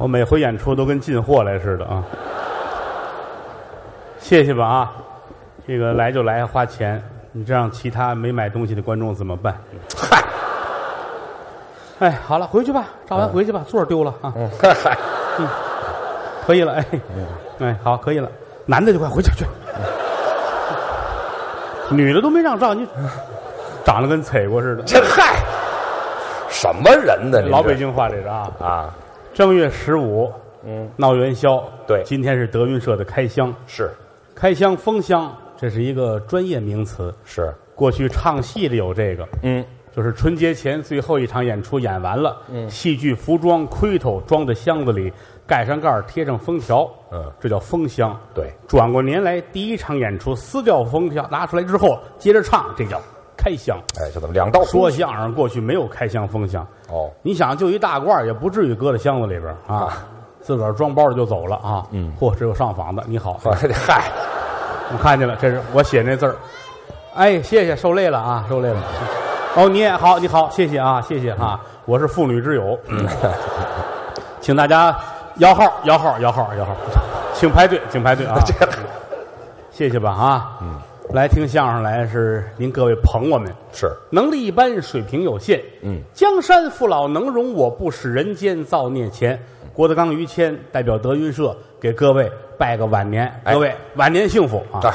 我每回演出都跟进货来似的啊。谢谢吧啊，这个来就来花钱，你这样其他没买东西的观众怎么办？ 嗨， 哎，好了，回去吧，照完回去吧，座儿丢了啊。 嗨， 可以了，哎，好，可以了，男的就快回去去，女的都没让照，你长得跟踩过似的。 这嗨，什么人呢？ 老北京话这是啊。 啊， 正月15，闹元宵。 对今天是德云社的开箱。 是开箱封箱，这是一个专业名词。 是， 过去唱戏的有这个，就是春节前最后一场演出演完了，戏剧服装盔头装在箱子里，盖上盖儿贴上封条，这叫封箱。 对， 转过年来第一场演出撕掉封条拿出来之后接着唱，这叫开箱。 哎，就这么两道说相声过去没有开箱封箱。 哦， 你想就一大褂也不至于搁在箱子里边啊，自个儿装包就走了啊。嚯，只有上访的你好， 嗨， 我看见了，这是我写那字儿。哎，谢谢，受累了啊，受累了。哦，你也好，你好，谢谢啊，谢谢啊，我是妇女之友。请大家摇号，请排队，请排队啊。谢谢吧啊。来听相声来是您各位捧我们， 是能力一般，水平有限。江山父老能容我，不使人间造孽钱。郭德纲、于谦代表德云社给各位拜个晚年，各位晚年幸福啊！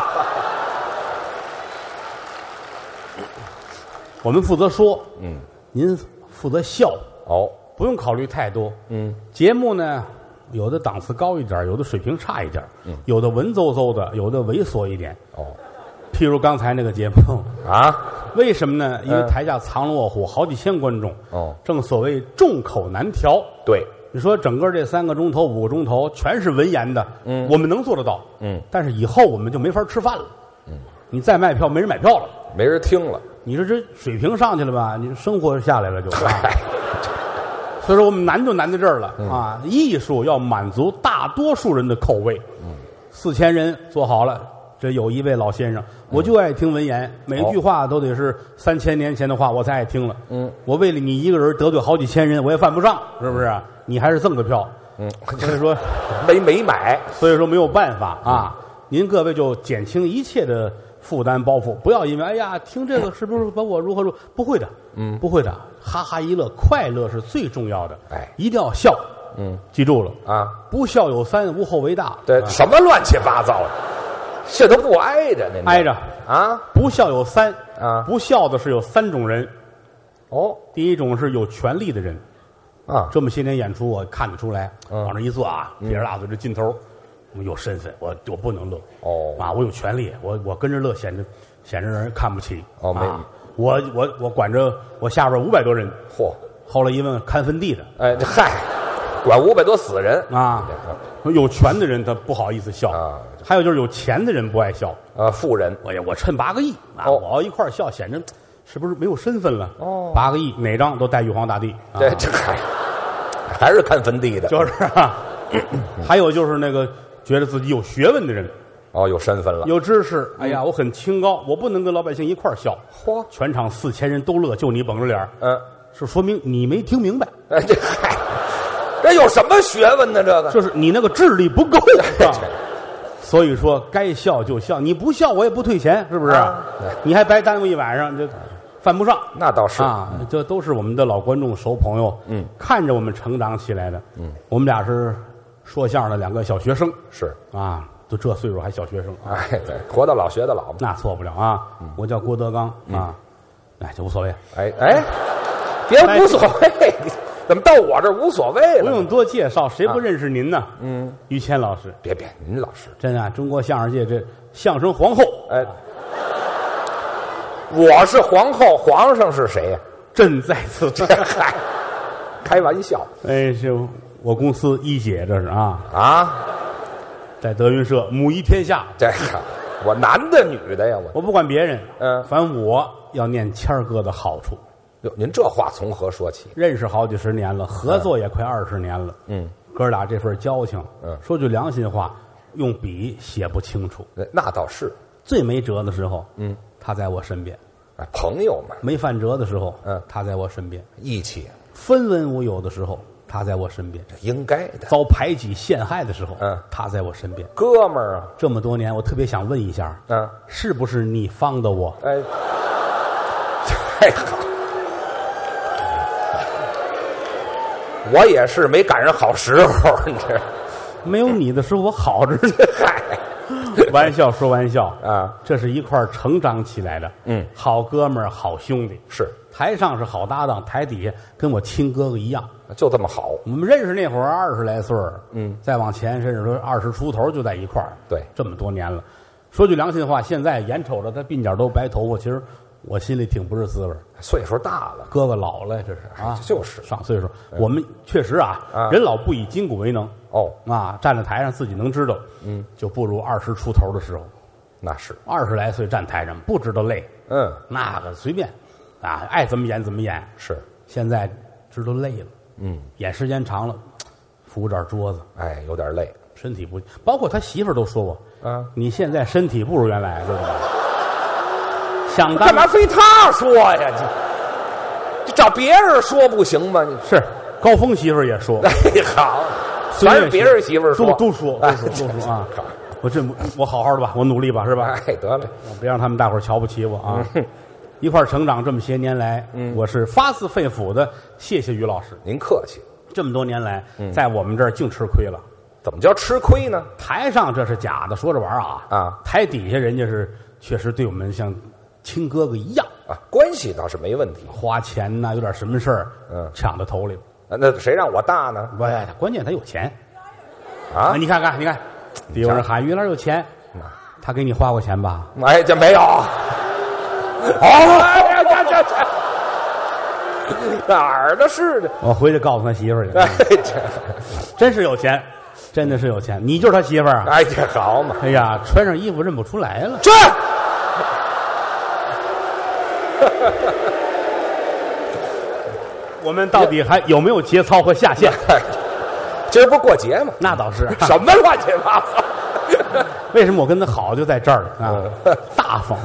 我们负责说，您负责笑哦， 不用考虑太多。节目呢，有的档次高一点，有的水平差一点，有的文绉绉的，有的猥琐一点。 哦， 譬如刚才那个节目啊， 为什么呢？因为台下藏龙卧虎，好几千观众。 哦， 正所谓众口难调。 对， 你说整个这3个钟头、5个钟头全是文言的，我们能做得到。但是以后我们就没法吃饭了。你再卖票，没人买票了， 没人听了。 你说这水平上去了吧？你生活下来了就。所以说我们难就难在这儿了啊！艺术要满足大多数人的口味。4000人做好了，这有一位老先生，我就爱听文言，每一句话都得是3000年前的话，我才爱听了。我为了你一个人得罪好几千人，我也犯不上，是不是？你还是赠的票。所以说没买， 所以说没有办法啊！您各位就减轻一切的负担包袱，不要因为哎呀听这个是不是把我如何如何？不会的，不会的，哈哈一乐，快乐是最重要的。哎，一定要笑。记住了啊！ 不孝有三，无后为大。 对，什么乱七八糟的，这都不挨着呢。 挨着啊！ 不孝有三啊！ 不孝的是有3种人。 哦， 第一种是有权力的人啊。这么些年演出，我看得出来，往这一坐啊，撇着大嘴这劲头。有身份，我不能乐啊！我有权利，我跟着乐，显着让人看不起我管着我下边500多人，后来一问看坟地的， 哎嗨，管500多死人啊！有权的人他不好意思笑啊， 还有就是有钱的人不爱笑啊，富人， 我趁8个亿啊，我要一块笑，显着是不是没有身份了？8个亿哪张都带玉皇大帝， 这还是看坟地的， 就是啊。还有就是那个。觉得自己有学问的人， 有身份了， 有知识。哎呀，我很清高，我不能跟老百姓一块笑。全场4000人都乐，就你绷着脸，是说明你没听明白。 这有什么学问呢？这个就是你那个智力不够。所以说，该笑就笑，你不笑我也不退钱，是不是？你还白耽误一晚上，这犯不上。 那倒是啊，这都是我们的老观众、熟朋友，看着我们成长起来的。我们俩是。说相声的2个小学生是啊，都这岁数还小学生， 哎，对，活到老学到老嘛， 那错不了啊。我叫郭德纲啊，哎，就无所谓。 哎，别无所谓，怎么到我这无所谓了？ 不用多介绍，谁不认识您呢？于谦老师， 别，您老师真啊，中国相声界这相声皇后。哎， 我是皇后，皇上是谁呀？ 朕在此。 嗨，开玩笑。 哎，是。我公司一姐这是啊， 在德云社母仪天下。 这个我男的女的呀？ 我不管别人，反正我要念谦哥的好处。 哟，您这话从何说起？ 认识好几十年了，合作也快20年了。哥俩这份交情，说句良心话，用笔写不清楚。 那倒是， 最没辙的时候，他在我身边。 朋友嘛， 没犯辙的时候，他在我身边。 义气。 分文无有的时候。 他在我身边； 这应该的。 遭排挤陷害的时候，他在我身边。 哥们儿啊， 这么多年，我特别想问一下，是不是你帮的我？ 哎，太好，我也是没赶上好时候，你这没有你的时候我好着呢。 嗨， 玩笑说玩笑啊， 这是一块成长起来的，好哥们儿，好兄弟。 是台上是好搭档，台底下跟我亲哥哥一样， 就这么好。 我们认识那会儿20来岁儿，再往前甚至说20出头就在一块儿。 对， 这么多年了。说句良心话，现在眼瞅着他鬓角都白头发，其实我心里挺不是滋味。 岁数大了， 哥哥老了，这是啊， 就是上岁数。我们确实啊，人老不以筋骨为能。 哦， 啊，站在台上自己能知道，就不如20出头的时候。 那是 20来岁站台上不知道累，那个随便，啊，爱怎么演怎么演。 是， 现在知道累了，演时间长了，扶点桌子， 哎，有点累， 身体不。包括他媳妇儿都说我，你现在身体不如原来，知道吗？想干嘛非他说呀？你找别人说不行吗？ 是高峰媳妇儿也说， 哎，好，全是别人媳妇儿说， 都说啊。我好好的吧，我努力吧，是吧？ 哎，得嘞， 别让他们大伙儿瞧不起我啊！一块儿成长这么些年来，我是发自肺腑的谢谢于老师。 您客气。 这么多年来，在我们这儿净吃亏了。 怎么叫吃亏呢？ 台上这是假的，说着玩啊！台底下人家是确实对我们像亲哥哥一样啊，关系倒是没问题。 花钱呐，有点什么事儿，抢到头里。 那谁让我大呢？ 不，关键他有钱啊！ 你看，有人喊于老师有钱，他给你花过钱吧？ 哎，这没有。哪儿的是的？ 我回去告诉他媳妇儿去。 哎， 真是有钱，真的是有钱。你就是他媳妇儿啊？ 哎，这好嘛！ 哎呀，穿上衣服认不出来了。 这， 我们到底还有没有节操和下限？ 今儿不过节吗？ 那倒是。 什么乱七八糟？ 为什么我跟他好就在这儿了啊？大方。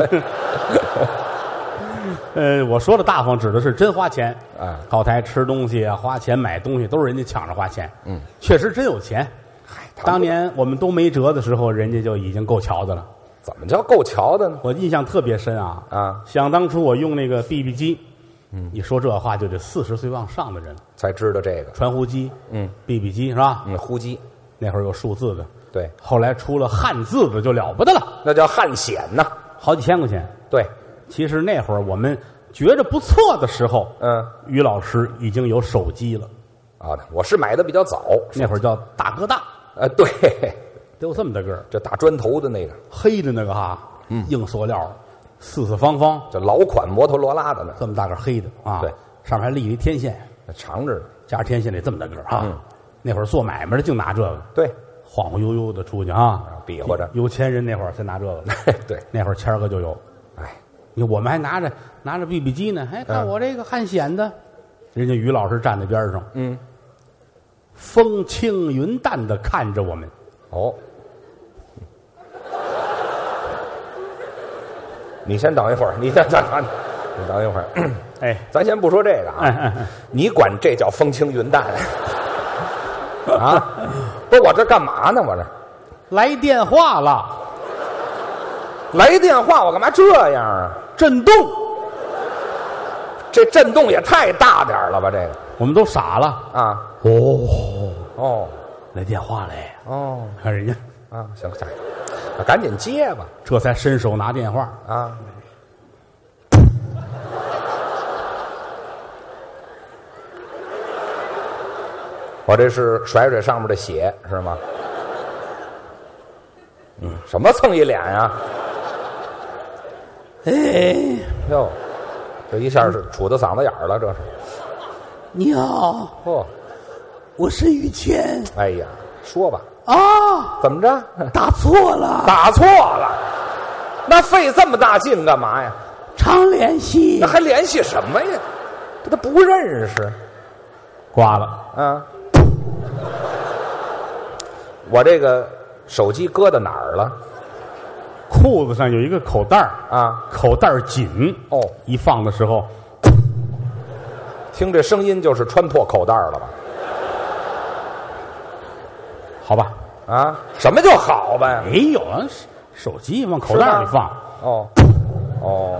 我说的大方指的是真花钱啊， 靠台吃东西啊，花钱买东西都是人家抢着花钱。确实真有钱。当年我们都没辙的时候，人家就已经够瞧的了。 怎么叫够瞧的呢？ 我印象特别深啊！想当初我用那个 BB 机，一说这话就得40岁往上的人才知道这个传呼机，BB 机是吧？ 呼机那会儿有数字的， 对， 后来出了汉字的就了不得了， 那叫汉显呐， 好几千块钱。 对， 其实那会儿我们觉着不错的时候，于老师已经有手机了啊，我是买的比较早， 那会儿叫大哥大， 对。 得有这么大个儿， 这大砖头的那个， 黑的那个哈，硬塑料，四四方方， 这老款摩托罗拉的呢， 这么大个黑的啊， 对， 上面还立了一天线， 长着呢， 加上天线得这么大个儿啊。那会儿做买卖的净拿这个， 对， 晃晃悠悠的出去啊， 比划着。 有钱人那会儿才拿这个， 对， 那会儿谦儿哥就有。 哎， 你看我们还拿着 BB 机呢，哎，看我这个汉显的，人家于老师站在边上，风轻云淡的看着我们。 哦。你先等一会儿，你等一会儿。 哎， 咱先不说这个啊，你管这叫风轻云淡啊？不是我这干嘛呢？我这来电话了， 来电话，我干嘛这样啊？ 震动， 这震动也太大点了吧？这个我们都傻了啊！哦， 来电话嘞！ 哦， 看人家啊，行，赶紧接吧。 这才伸手拿电话啊。我这是甩甩上面的血是吗？什么蹭一脸呀？ 哎哟，这一下是杵到嗓子眼儿了，这是。 你好，我是于谦。 哎呀，说吧。 啊， 怎么着？ 打错了， 打错了，那费这么大劲干嘛呀？ 常联系， 那还联系什么呀？他不认识， 挂了啊！我这个手机搁到哪儿了？ 裤子上有一个口袋啊， 口袋紧哦， 一放的时候， 听这声音就是穿破口袋了吧？ 好吧？ 啊，什么叫好吧？ 没有啊，手机往口袋里放。 哦，哦，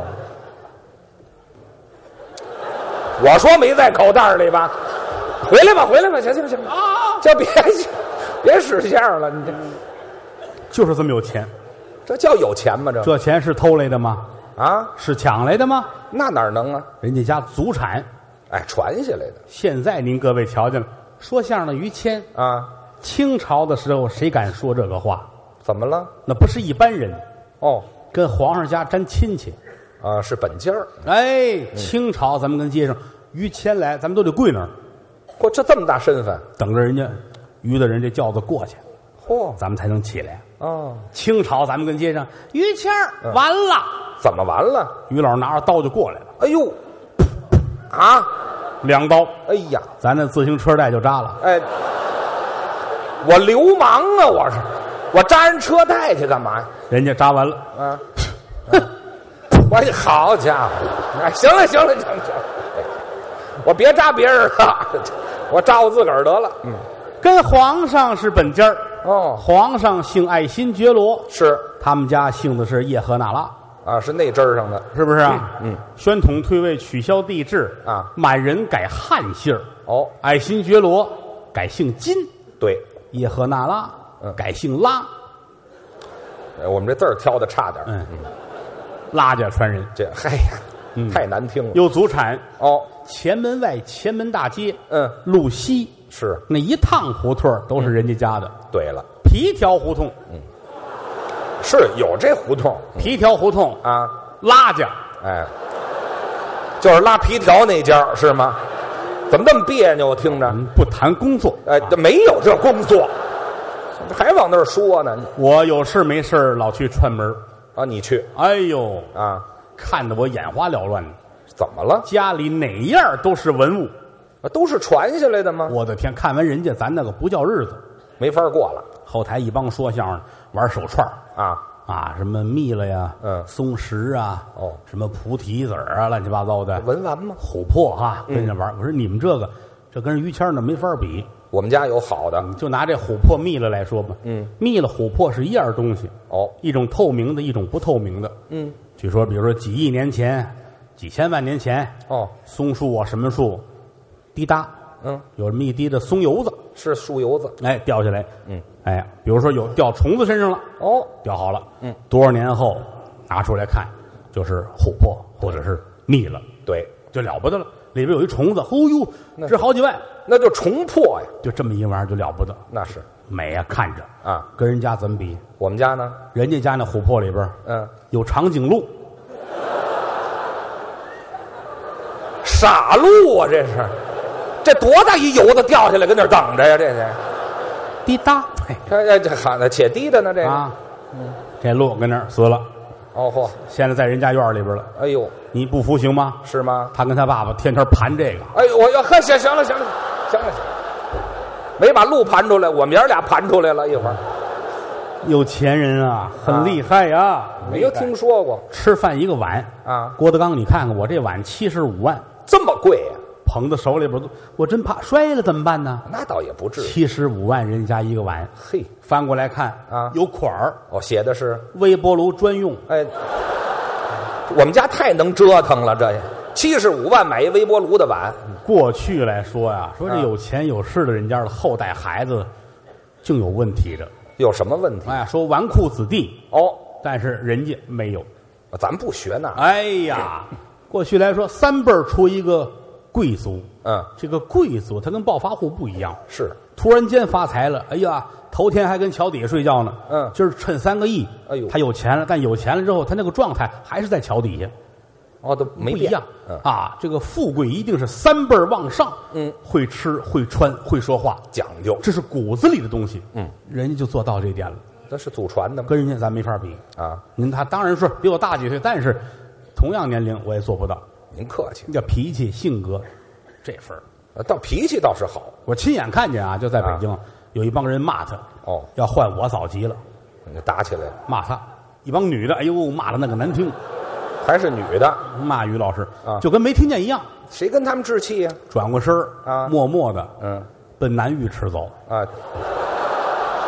我说没在口袋里吧？回来吧，回来吧，行行行啊，就别使相了，你这就是这么有钱， 这叫有钱吗？ 这钱是偷来的吗？ 啊， 是抢来的吗？ 那哪能啊？ 人家家祖产。 哎，传下来的。 现在您各位瞧见了，说相声的于谦啊， 清朝的时候谁敢说这个话？ 怎么了？ 那不是一般人。 哦， 跟皇上家沾亲戚。 啊，是本家儿。 哎，清朝咱们跟街上于谦来，咱们都得跪那儿。 嚯，这么大身份， 等着人家于的人这轿子过去， 嚯， 咱们才能起来。 哦， 清朝咱们跟街上于谦完了， 怎么完了？ 于老拿着刀就过来了。 哎呦，啊 ，2刀。 哎呀， 咱那自行车带就扎了。 哎，我流氓啊！我扎人车带去干嘛呀？ 人家扎完了。 啊，我好家伙！哎，行了，我别扎别人了，我扎我自个儿得了。嗯， 跟皇上是本家儿。 哦， 皇上姓爱新觉罗， 是他们家姓的是叶赫那拉。 啊，是那针儿上的， 是不是啊？ 嗯， 宣统退位，取消帝制啊， 满人改汉姓。 哦， 爱新觉罗改姓金， 对， 叶赫那拉改姓拉。 我们这字儿挑的差点。 拉家传人， 这嗨呀，太难听了。 有祖产哦， 前门外前门大街，路西是那一趟胡同都是人家家的。 对了， 皮条胡同， 是有这胡同， 皮条胡同啊， 拉家， 哎，就是拉皮条那家是吗？怎么这么别扭？听着， 不谈工作， 哎，这没有这工作，还往那儿说呢。 我有事没事老去串门啊，你去？ 哎呦啊， 看得我眼花缭乱的。 怎么了？ 家里哪样都是文物， 都是传下来的吗？ 我的天！看完人家，咱那个不叫日子， 没法过了。 后台一帮说相声玩手串啊，什么蜜了呀，松石啊，什么菩提子啊，乱七八糟的， 文玩吗？ 琥珀哈，跟着玩。我说你们这跟于谦那没法比。 我们家有好的， 就拿这琥珀蜜了来说吧，蜜了琥珀是一样东西，一种透明的，一种不透明的，据说比如说几亿年前、几千万年前，松树啊什么树，滴答，有这么一滴的松油子， 是树油子， 哎，掉下来，哎，比如说有掉虫子身上了，掉好了，多少年后拿出来看，就是琥珀或者是蜜了， 对， 就了不得了，里边有一虫子，哦呦，值好几万。 那就重破呀， 就这么一玩意儿就了不得， 那是美啊，看着啊， 跟人家怎么比？ 我们家呢？ 人家家那琥珀里边，有长颈鹿， 傻鹿啊，这多大一油子掉下来，跟那儿等着呀？这是滴答， 这喊的且滴的呢，这个这鹿跟那儿死了。 哦嚯！ 现在在人家院里边了。 哎呦， 你不服行吗？ 是吗？ 他跟他爸爸天天盘这个。 哎呦，我要呵，行了，没把鹿盘出来，我们爷俩盘出来了一会儿。 有钱人啊，很厉害呀！ 没有听说过， 吃饭一个碗啊， 郭德纲，你看看我这碗75万， 这么贵呀！ 捧在手里边，我真怕摔了怎么办呢？ 那倒也不至于 ，75万人家一个碗， 嘿， 翻过来看啊， 有款儿， 写的是微波炉专用。 哎，我们家太能折腾了，这75万买一微波炉的碗。 过去来说呀，说这有钱有势的人家的后代孩子，竟有问题着。 有什么问题？ 哎呀，说纨绔子弟但是人家没有， 咱不学那。 哎呀，过去来说3辈儿出一个贵族，这个贵族他跟暴发户不一样， 是突然间发财了，哎呀，头天还跟桥底下睡觉呢，今儿趁3个亿， 哎呦， 他有钱了，但有钱了之后，他那个状态还是在桥底下， 都没不一样，这个富贵一定是3辈儿往上，会吃会穿会说话， 讲究， 这是骨子里的东西，人家就做到这一点了， 那是祖传的吗？ 跟人家咱没法比啊， 他当然是比我大几岁，但是同样年龄我也做不到。 您客气， 叫脾气性格，这份儿， 倒脾气倒是好。 我亲眼看见就在北京有一帮人骂他，要换我早急了， 打起来了， 骂他，一帮女的，哎呦，骂的那个难听， 还是女的骂于老师就跟没听见一样。 谁跟他们置气呀？ 转过身默默的，奔南浴池走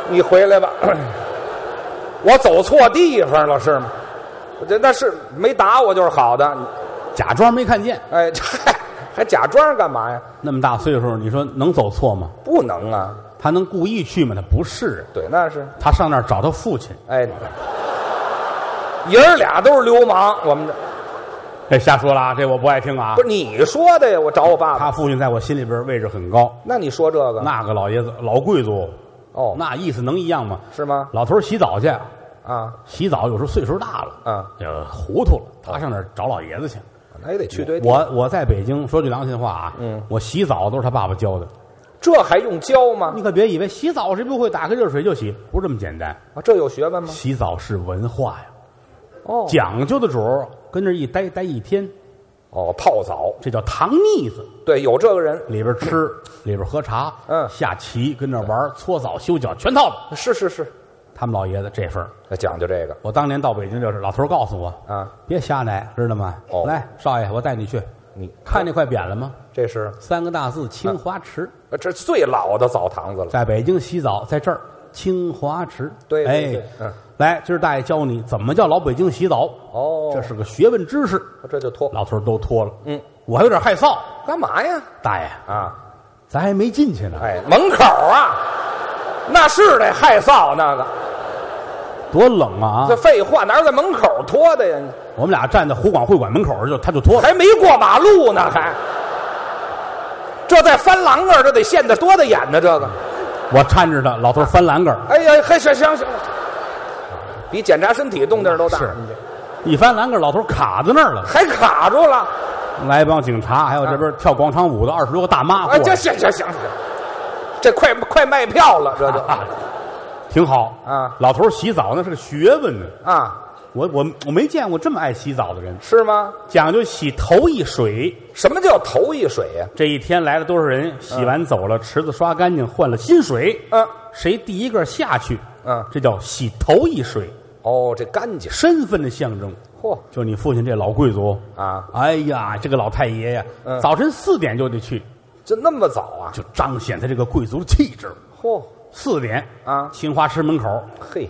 你回来吧，我走错地方了是吗？那是没打我就是好的， 假装没看见。 哎，还假装干嘛呀？ 那么大岁数，你说能走错吗？ 不能啊！ 他能故意去吗？他不是。 对，那是他上那儿找他父亲。 哎，爷儿俩都是流氓，我们这。 这瞎说了啊！这我不爱听啊！ 不是你说的呀，我找我爸爸。 他父亲在我心里边位置很高。 那你说这个？ 那个老爷子老贵族哦， 那意思能一样吗？ 是吗？ 老头洗澡去啊， 洗澡有时候岁数大了，糊涂了，他上那儿找老爷子去。 那也得去对地。 我在北京说句良心话啊，我洗澡都是他爸爸教的。 这还用教吗？ 你可别以为洗澡谁不会，打开热水就洗，不是这么简单啊！这有学问吗？ 洗澡是文化呀， 哦， 讲究的主儿跟那一待一天。 哦，泡澡， 这叫糖腻子。 对，有这个人， 里边吃，里边喝茶，下棋，跟那玩，搓澡、修脚，全套的。 是， 他们老爷子这份那讲究这个。 我当年到北京就是，老头告诉我啊， 别瞎来，知道吗？ 哦， 来，少爷，我带你去。 你看那块匾了吗？ 这是 3个大字：清华池。 这最老的澡堂子了， 在北京洗澡，在这儿清华池。 对， 哎，来，今儿大爷教你怎么叫老北京洗澡。 哦， 这是个学问知识。 这就脱， 老头都脱了。我还有点害臊。 干嘛呀？ 大爷啊， 咱还没进去呢。 哎，门口啊，那是得害臊那个， 多冷啊！ 这废话，哪有在门口脱的呀？ 我们俩站在湖广会馆门口，他就脱了， 还没过马路呢，还。这在翻栏杆，这得现得多大眼呢？这个， 我搀着他，老头翻栏杆。 哎呀，还行，比检查身体动静都大。 是，一翻栏杆，老头卡在那儿了， 还卡住了。 来一帮警察，还有这边跳广场舞的20多个大妈。 哎，这行，这快卖票了，这就挺好啊。 老头洗澡那是个学问呢啊。 我没见过这么爱洗澡的人。 是吗？ 讲究洗头一水。 什么叫头一水呀？ 这一天来了多少人，洗完走了，池子刷干净，换了新水。谁第一个下去，这叫洗头一水。 哦，这干净， 身份的象征。 嚯， 就你父亲这老贵族啊！ 哎呀，这个老太爷呀，早晨4点就得去， 这那么早啊？ 就彰显他这个贵族的气质。 嚯 ，4点啊， 清华池门口。 嘿。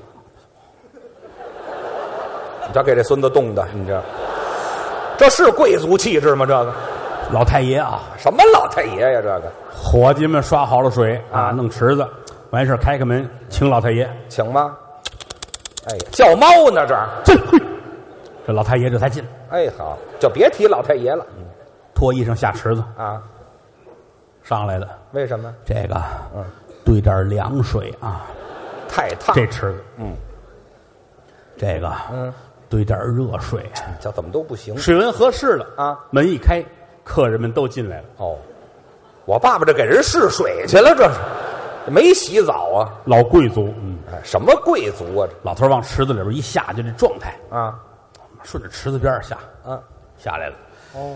你瞧，给这孙子冻的，你这是贵族气质吗？这个老太爷啊， 什么老太爷呀？这个伙计们刷好了水啊，弄池子，完事开开门，请老太爷， 请吗？哎，叫猫呢这儿， 这老太爷这才进。 哎，好，就别提老太爷了。 脱衣裳下池子啊， 上来了。 为什么？ 这个兑点凉水啊， 太烫。 这池子，这个兑点热水， 这怎么都不行。 水温合适了啊， 门一开，客人们都进来了。 哦，我爸爸这给人试水去了，这是没洗澡啊。 老贵族， 什么贵族啊？这老头往池子里边一下，就这状态啊， 顺着池子边下，下来了。 哦，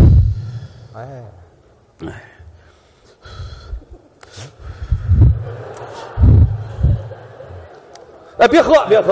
哎，别喝！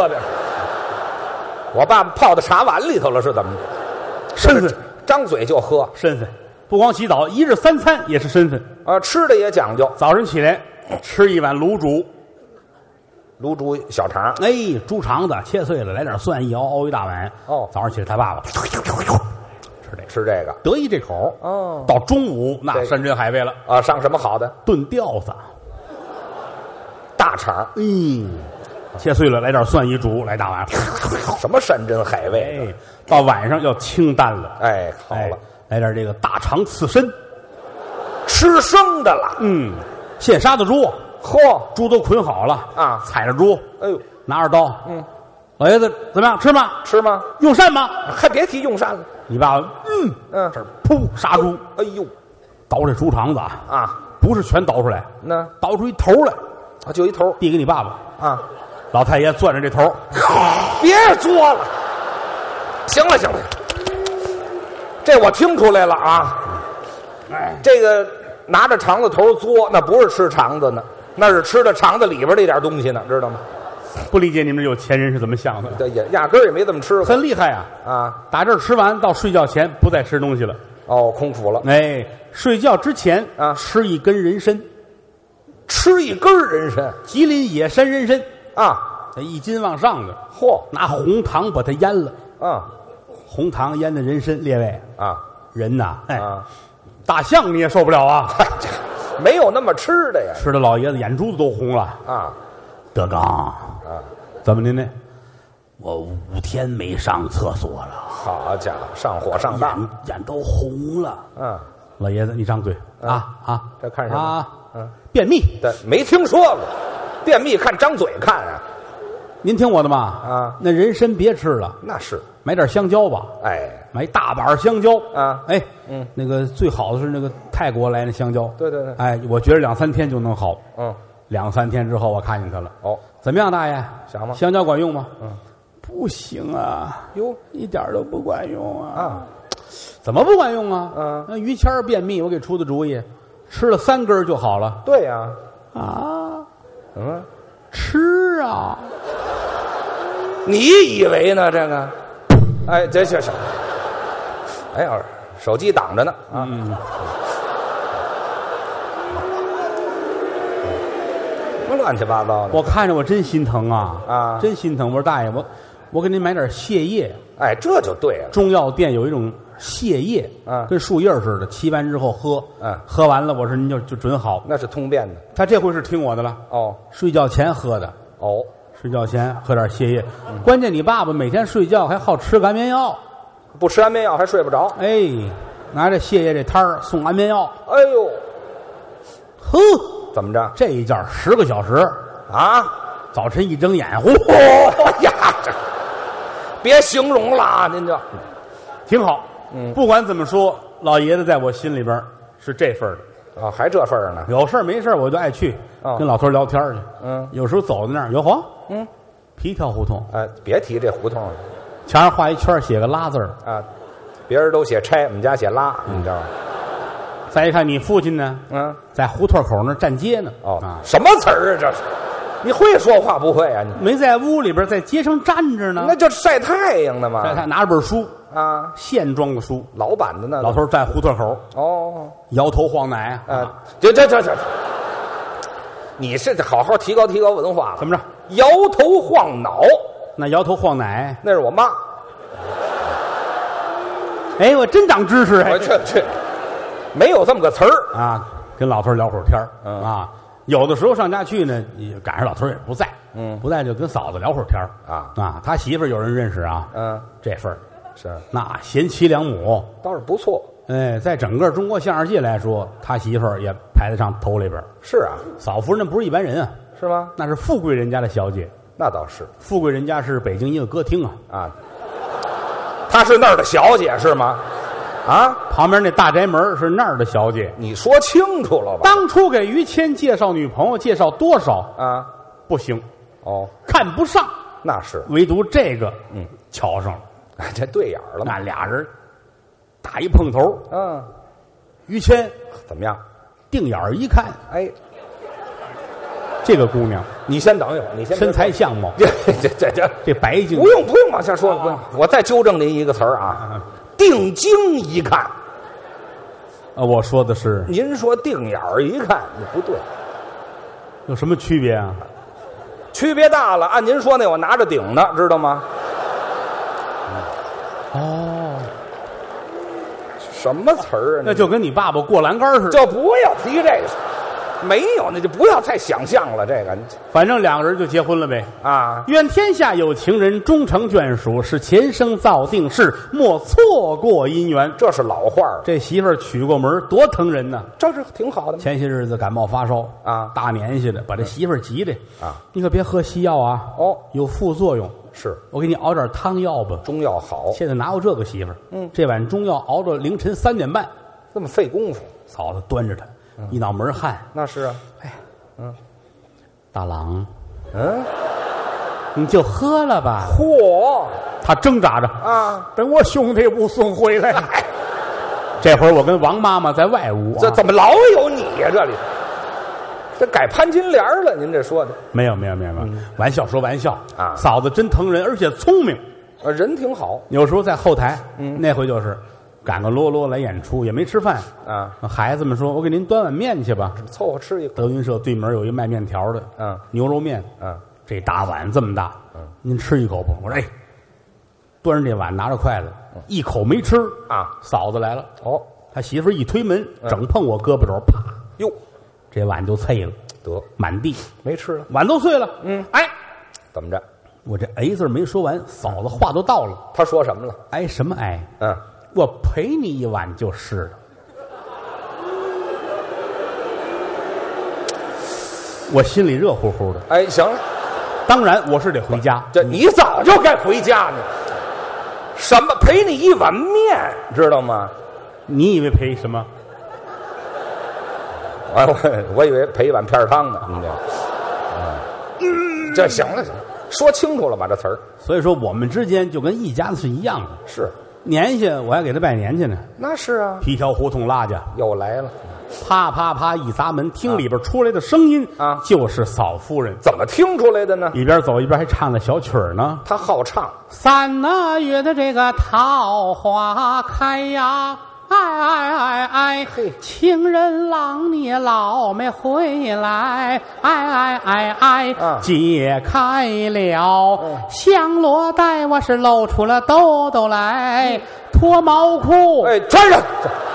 我爸爸泡到茶碗里头了，是怎么着？ 身份， 张嘴就喝。 身份，不光洗澡，1日3餐也是身份啊。吃的也讲究， 早晨起来吃一碗卤煮小肠， 哎，猪肠子切碎了，来点蒜一熬一大碗。 哦， 早上起来他爸爸吃这个， 得意这口。 哦， 到中午那山珍海味了啊，上什么好的？ 炖吊子， 大肠， 切碎了，来点蒜一煮，来大碗。 什么山珍海味？ 到晚上要清淡了。 哎，好了， 来点这个大肠刺身， 吃生的了。 现杀的猪， 嚯， 猪都捆好了啊，踩着猪， 哎呦， 拿着刀，老爷子怎么样？吃吗？ 吃吗？ 用膳吗？ 还别提用膳了。 你爸爸，这儿噗杀猪， 哎呦， 倒这猪肠子啊， 不是全倒出来， 那倒出一头来， 就一头， 递给你爸爸啊。 老太爷攥着这头， 别作了，行了，这我听出来了啊。这个拿着肠子头嘬，那不是吃肠子呢，那是吃的肠子里边那点东西呢，知道吗？ 不理解你们这有钱人是怎么想的， 这也压根儿也没这么吃过， 很厉害啊！打这儿吃完到睡觉前不再吃东西了， 哦，空腹了。 哎，睡觉之前啊， 吃一根人参， 吃一根人参， 吉林野山人参啊， 这1斤往上的， 嚯， 拿红糖把它腌了，红糖腌的人参，列位啊， 人呐，哎，大象你也受不了啊， 没有那么吃的呀， 吃的老爷子眼珠子都红了啊， 德刚怎么的呢？我5天没上厕所了， 好家伙，上火上当， 眼都红了。老爷子，你张嘴这看什么？ 便秘。 对，没听说过，便秘看张嘴看啊。 您听我的嘛那人参别吃了， 那是买点香蕉吧。 哎， 买大把香蕉哎， 那个最好的是那个泰国来的香蕉。 对对对， 哎，我觉得2、3天就能好。2、3天之后我看见他了。怎么样，大爷？ 想吗？ 香蕉管用吗？不行啊， 哟， 一点都不管用啊！怎么不管用啊？那于谦便秘，我给出的主意，吃了3根就好了。 对呀， 吃啊！ 你以为呢？这个，哎，这是，哎呀，手机挡着呢啊！什么乱七八糟的？ 我看着我真心疼啊！真心疼！我说大爷，我给您买点泻叶。 哎，这就对了。 中药店有一种泻叶，跟树叶似的，沏完之后喝，喝完了，我说您就准好。 那是通便的。 他这回是听我的了。睡觉前喝的。睡觉前喝点泻叶。关键你爸爸每天睡觉还好吃个安眠药， 不吃安眠药还睡不着。 哎，拿着泻叶这摊儿送安眠药。 哎呦， 呵， 怎么着？ 这一觉10个小时啊！ 早晨一睁眼，嚯呀！这别形容了，您就挺好。不管怎么说，老爷子在我心里边是这份的还这份呢。 有事没事我就爱去跟老头聊天去。有时候走到那儿，哟呵，皮条胡同。 别提这胡同了， 墙上画一圈，写个拉字儿啊。别人都写拆，我们家写拉，你知道吗？ 再一看你父亲呢，在胡同口那儿站街呢。 什么词儿啊？这是你会说话不会啊？你没在屋里边，在街上站着呢。 那就是晒太阳的嘛。 晒太阳，拿着本书啊， 线装的书， 老版的那。 老头站胡同口，摇头晃脑这，你是得好好提高提高文化了。 怎么着？ 摇头晃脑？ 那摇头晃脑， 那是我妈。 哎，我真长知识哎！ 我去，没有这么个词儿啊。跟老头聊会儿天啊。有的时候上家去呢，赶上老头也不在，不在就跟嫂子聊会儿天他媳妇儿有人认识啊，这份儿是那贤妻良母， 倒是不错。 哎，在整个中国相声界来说，他媳妇儿也排得上头里边。 是啊， 嫂夫人那不是一般人啊， 是吗？ 那是富贵人家的小姐。 那倒是， 富贵人家是北京一个歌厅她是那儿的小姐是吗？ 旁边那大宅门是那儿的小姐。 你说清楚了吧？ 当初给于谦介绍女朋友，介绍多少不行看不上。 那是唯独这个瞧上了， 这对眼了嘛。 那俩人打一碰头，于谦怎么样？ 定眼一看，哎，这个姑娘， 你先等一会儿，你先身材相貌，这白净， 不用往下说了，不用。我再纠正您一个词儿定睛一看， 我说的是， 您说定眼儿一看，不对， 有什么区别啊？ 区别大了。按您说那，我拿着顶呢，知道吗？什么词儿啊？ 那就跟你爸爸过栏杆似的。 就不要提这个，没有，那就不要太想象了。这个， 反正两个人就结婚了呗。愿天下有情人终成眷属，是前生造定事，莫错过姻缘。 这是老话儿。 这媳妇儿娶过门，多疼人呢。 这是挺好的。 前些日子感冒发烧大年纪的，把这媳妇儿急的你可别喝西药啊！有副作用。 是我给你熬点汤药吧， 中药好。 现在哪有这个媳妇儿？这碗中药熬到凌晨3点半， 这么费功夫。 嫂子端着他，一脑门汗。 那是啊。 大郎，你就喝了吧。 嚯！ 他挣扎着等我兄弟不送回来。这会儿我跟王妈妈在外屋， 这怎么老有你呀？这里。这改潘金莲了，您这说的没有，玩笑说玩笑嫂子真疼人，而且聪明， 人挺好。 有时候在后台，那回就是赶个啰啰来演出，也没吃饭啊。 孩子们说：“我给您端碗面去吧， 凑合吃一口。” 德云社对门有一卖面条的，牛肉面，这大碗这么大，您吃一口不？我说：“哎，端着这碗，拿着筷子，一口没吃啊。”嫂子来了， 他媳妇一推门，整碰我胳膊肘，啪， 哟， 这碗就碎了， 得满地没吃了， 碗都碎了。哎， 怎么着？ 我这哎字没说完，嫂子话都到了。 他说什么了？ 哎什么哎？我陪你一碗就是了。我心里热乎乎的。 哎，行了， 当然我是得回家。 这你早就该回家呢。什么陪你一碗面，知道吗？ 你以为陪什么？ 我以为陪一碗片汤呢。这行了，说清楚了吧这词儿。所以说我们之间就跟一家子是一样的。 是。 年下我还给他拜年去呢。 那是啊。 皮条胡同拉家又来了， 啪啪啪一砸门，听里边出来的声音啊，就是嫂夫人。 怎么听出来的呢？ 一边走一边还唱着小曲儿呢。 他好唱。 3月的这个桃花开呀，哎，情人郎你老没回来，哎，解开了香罗带，我是露出了兜兜来，脱毛裤， 哎，穿上。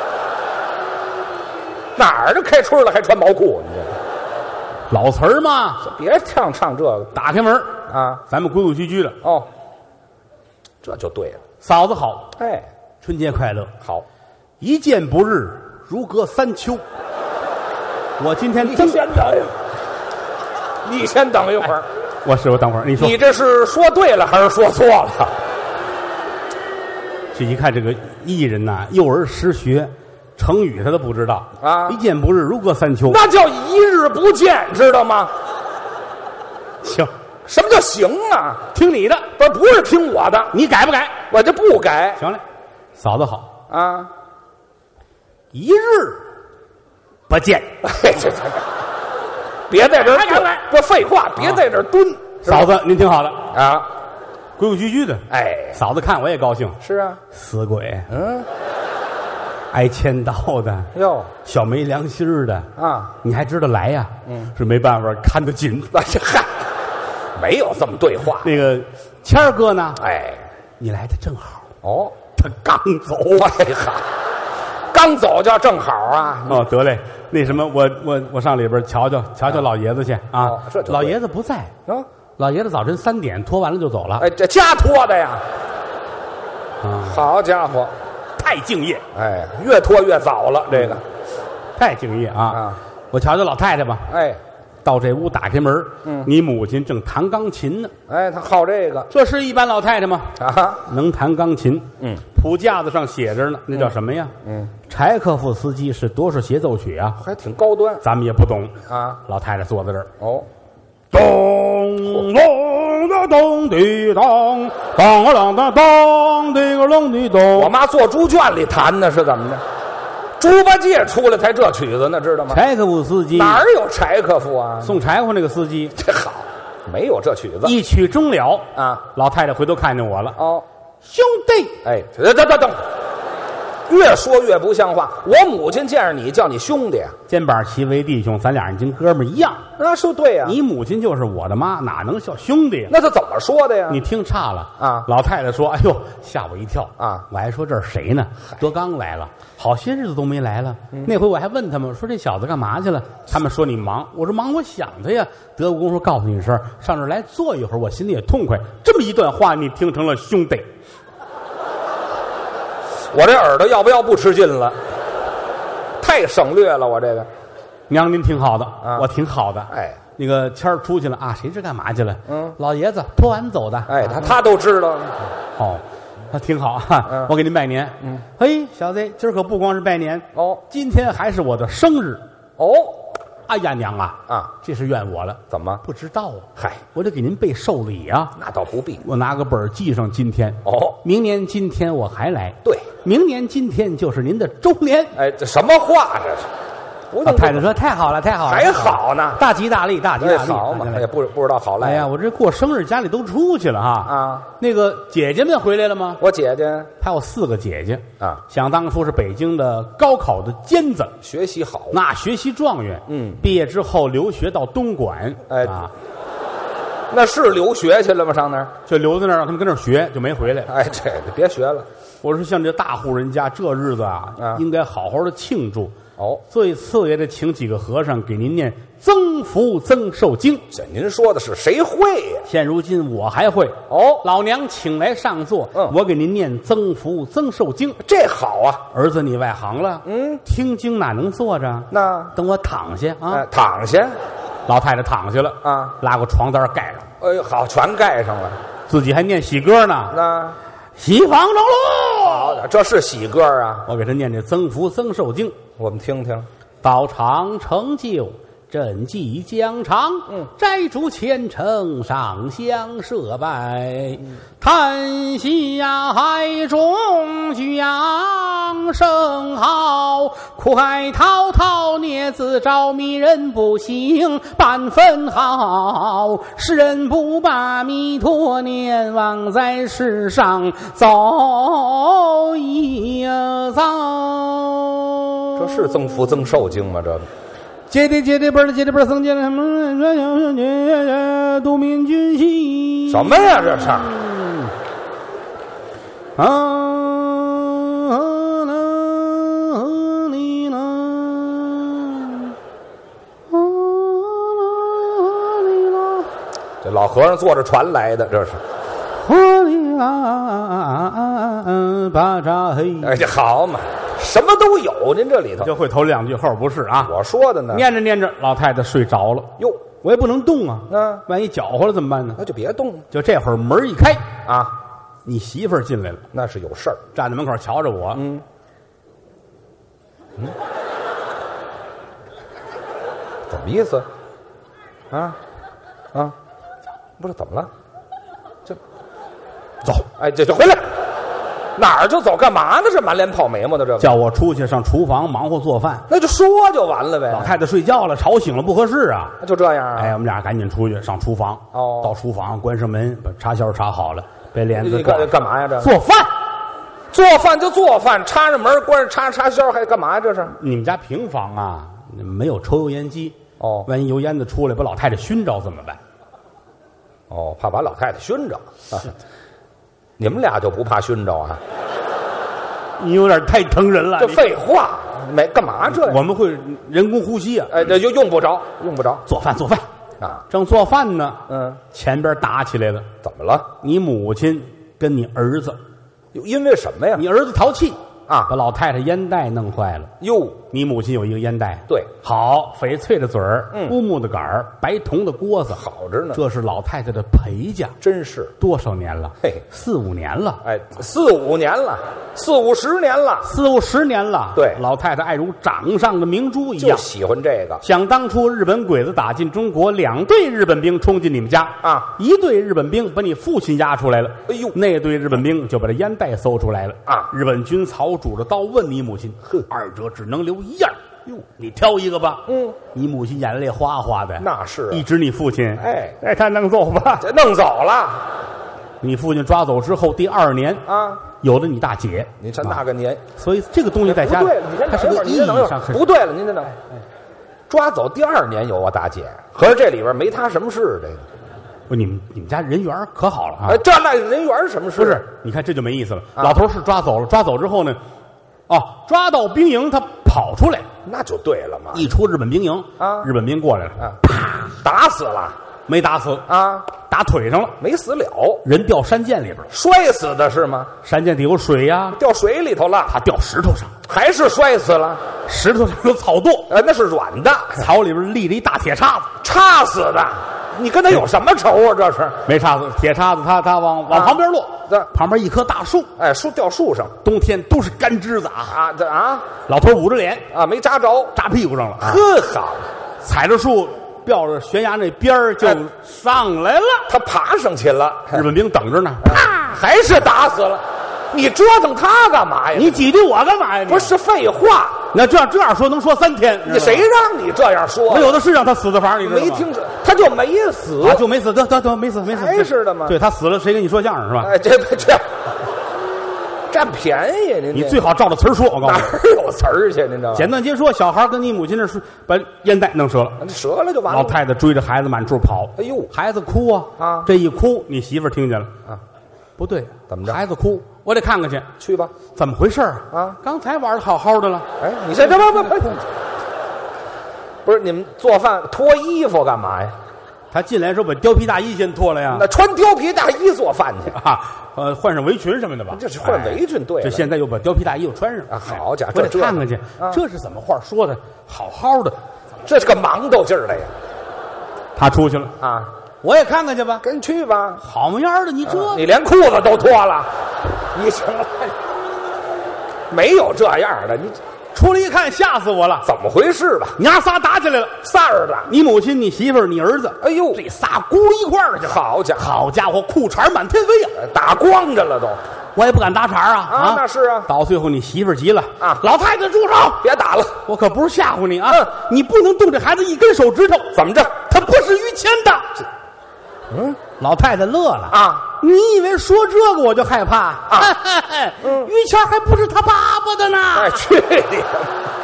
哪儿的开春了还穿毛裤？你这老词儿嘛， 别唱这个。 打开门啊， 咱们规规矩矩的哦，这就对了。 嫂子好， 哎， 春节快乐， 好。 一见不日，如隔三秋。我今天你先等，你先等一会儿。 我等会儿，你说你这是说对了还是说错了？ 这一看这个艺人呐，幼儿失学，成语他都不知道啊。一见不日，如隔三秋， 那叫一日不见，知道吗？ 行， 什么叫行啊？ 听你的， 不是听我的， 你改不改？ 我就不改。 行嘞，嫂子好啊。 一日不见， 别在这儿蹲，这废话，别在这儿蹲。 嫂子，您挺好的啊， 规规矩矩的。 哎， 嫂子看我也高兴。 是啊， 死鬼，挨千刀的哟， 小没良心的啊， 你还知道来呀？是没办法，看得紧。 嗨，没有这么对话。 那个谦儿哥呢？ 哎， 你来的正好。 哦， 他刚走。 哎哈。刚走就正好啊！ 哦，得嘞，那什么，我上里边瞧瞧老爷子去啊！老爷子不在，老爷子早晨3点拖完了就走了。 哎，这家拖的呀！好家伙， 太敬业！ 哎，越拖越早了，这个太敬业啊！我瞧瞧老太太吧。 哎， 到这屋打开门，你母亲正弹钢琴呢。 哎，她好这个， 这是一般老太太吗？ 啊， 能弹钢琴。谱架子上写着呢，那叫什么呀？柴可夫斯基是多少协奏曲啊？ 还挺高端， 咱们也不懂啊。 老太太坐在这儿， 咚咚的咚的咚，咚啷的咚的个啷的咚。 我妈做猪圈里弹的是怎么着？猪八戒出来才这曲子呢，知道吗？ 柴可夫斯基哪儿有柴可夫啊？ 送柴火那个司机， 这好，没有这曲子。 一曲终了啊， 老太太回头看见我了。 哦， 兄弟， 哎，等，越说越不像话。我母亲见着你叫你兄弟啊， 肩膀齐为弟兄，咱俩人跟哥们一样。 那说对呀， 你母亲就是我的妈，哪能叫兄弟？ 那他怎么说的呀？ 你听差了啊！ 老太太说：“哎呦，吓我一跳啊！” 我还说这是谁呢？德刚来了，好些日子都没来了。那回我还问他们说这小子干嘛去了？他们说你忙。我说忙，我想他呀。德国公说告诉你一声，上这儿来坐一会儿，我心里也痛快。这么一段话，你听成了兄弟。 我这耳朵要不要不吃劲了？太省略了，我这个。 娘，您挺好的，我挺好的。 哎， 那个谦儿出去了啊，谁知干嘛去了？老爷子拖完走的。 哎，他都知道。 哦，他挺好哈。我给您拜年。嘿，小子，今儿可不光是拜年哦， 今天还是我的生日。 哦， 哎呀，娘啊，这是怨我了。 怎么不知道啊？ 嗨， 我得给您备寿礼啊。 那倒不必， 我拿个本记上今天。 哦， 明年今天我还来。 对， 明年今天就是您的周年。 哎，这什么话这是？ 不老太太说太好了，太好了， 还好呢， 大吉大利，大吉大利， 好嘛，也不知道好赖。 哎呀，我这过生日家里都出去了哈啊。 那个姐姐们回来了吗？ 我姐姐还有4个姐姐啊， 想当初是北京的高考的尖子， 学习好， 那学习状元。毕业之后留学到东莞， 哎啊，那是留学去了吗？上那儿就留在那儿，让他们跟那儿学，就没回来。 哎，这别学了。 我说像这大户人家，这日子啊，应该好好的庆祝。 哦， 最次也得请几个和尚给您念增福增寿经。 这您说的是谁会呀？ 现如今我还会。 哦， 老娘请来上座，我给您念增福增寿经。 这好啊， 儿子你外行了，听经哪能坐着？ 那等我躺下啊， 躺下。 老太太躺下了啊， 拉个床单盖上。 哎呦，好，全盖上了， 自己还念喜歌呢。 那喜房中路， 好的，这是喜歌啊。 我给他念这增福增寿经， 我们听听。 道场成就，赈济疆场，摘竹虔诚，上香设拜，叹息海中响声号，苦海滔滔，孽自招，迷人不醒半分好，世人不把弥陀念，枉在世上走一遭。 这是增福增寿经吗？这个接的本僧接的什么度民军系什么呀？这是这老和尚坐着船来的，这是。哎，这好嘛，什么都有，您这里头就会头2句，后不是啊？ 我说的呢。 念着念着，老太太睡着了。 哟， 我也不能动啊，万一搅和了怎么办呢？ 那就别动了。 就这会儿门一开啊， 你媳妇儿进来了， 那是有事儿， 站在门口瞧着我。 怎么意思？不是怎么了？走，哎，这就回来，哪儿就走？干嘛呢？这满脸跑眉毛的，这叫我出去上厨房忙活做饭， 那就说就完了呗。 老太太睡觉了，吵醒了不合适啊。 就这样啊。 哎，我们俩赶紧出去上厨房。 哦， 到厨房关上门，把插销插好了，把帘子干嘛呀？这做饭， 做饭就做饭，插着门关着插销还干嘛呀？这是你们家平房啊，没有抽油烟机哦， 万一油烟子出来把老太太熏着怎么办？ 哦，怕把老太太熏着啊。你们俩就不怕熏着啊？ 你有点太疼人了。 这废话，没干嘛这？ 我们会人工呼吸啊。 哎，这就用不着。做饭啊， 正做饭呢，前边打起来了。 怎么了？ 你母亲跟你儿子， 因为什么呀？ 你儿子淘气啊， 把老太太烟袋弄坏了。 哟， 你母亲有一个烟袋， 对， 好翡翠的嘴儿，乌木的杆儿，白铜的锅子， 好着呢。 这是老太太的陪嫁， 真是多少年了？ 嘿 ，4、5年了。 哎，4、5年了，4、50年了 ，4、50年了。 对， 老太太爱如掌上的明珠一样， 就喜欢这个。 想当初日本鬼子打进中国，2队日本兵冲进你们家啊 ，1队日本兵把你父亲押出来了， 哎呦， 那队日本兵就把这烟袋搜出来了啊。 日本军曹拄着刀问你母亲，二者只能留一样。哟，你挑一个吧。你母亲眼泪哗哗的。 那是一指你父亲， 哎， 他弄走吧， 这弄走了。 你父亲抓走之后，第2年啊， 有了你大姐。 你瞧那个年， 所以这个东西在家里，它是个意义上不对了。您这等，抓走第2年有我大姐，合着这里边没他什么事。这个， 不，你们家人缘可好了啊！ 哎，这那人缘什么事？ 不是，你看这就没意思了。老头是抓走了，抓走之后呢，抓到兵营，他跑出来， 那就对了嘛。 一出日本兵营啊， 日本兵过来了， 啪，打死了。 没打死啊， 打腿上了， 没死了， 人掉山涧里边了， 摔死的是吗？ 山涧底有水呀， 掉水里头了， 他掉石头上， 还是摔死了。 石头上有草垛， 那是软的， 草里边立着一大铁叉子， 插死的。你跟他有什么仇啊？这是没叉子，铁叉子，他往旁边落，旁边一棵大树， 哎，树掉树上， 冬天都是干枝子啊。老头捂着脸啊，没扎着， 扎屁股上了。 呵，好， 踩着树。吊着悬崖那边就上来了， 他爬上去了， 日本兵等着呢， 还是打死了。你折腾他干嘛呀？ 你挤兑我干嘛呀？ 不是废话， 那这样说能说3天？ 你谁让你这样说？ 我有的是让他死的法，你知道吗？ 没听说，他就没死， 就没死，得没死， 还是的吗？ 对他死了，谁跟你说相声是吧？ 哎，这占便宜， 你最好照着词儿说。我告诉你， 哪有词儿去？您知道吗？ 简短截说，小孩跟你母亲那是把烟袋弄折了， 折了就完了。 老太太追着孩子满处跑， 哎呦， 孩子哭啊！这一哭，你媳妇儿听见了啊？ 不对， 怎么着？ 孩子哭，我得看看去。 去吧， 怎么回事啊？刚才玩的好好的了。 哎，你这不是你们做饭脱衣服干嘛呀？ 他进来的时候把貂皮大衣先脱了呀。 那穿貂皮大衣做饭去啊？换上围裙什么的吧？ 这是换围裙，对。 这现在又把貂皮大衣又穿上啊！好家伙， 我得看看去，这是怎么话说的？好好的， 这是个忙豆劲儿的呀。 他出去了啊， 我也看看去吧。 跟去吧， 好模样的，你这你连裤子都脱了，你行了，没有这样的你。 出来一看，吓死我了！ 怎么回事吧？ 娘仨打起来了 ，3儿子， 你母亲、你媳妇儿、你儿子。 哎呦， 这仨咕噜一块儿去了。 好家伙， 裤衩满天飞呀， 打光着了都。 我也不敢打茬啊！ 那是啊。 到最后，你媳妇儿急了啊！ 老太太住手！ 别打了， 我可不是吓唬你啊！你不能动这孩子一根手指头。 怎么着？ 他不是于谦的。老太太乐了啊！ 你以为说这个我就害怕啊？于谦还不是他爸爸的呢！ 哎，去你的！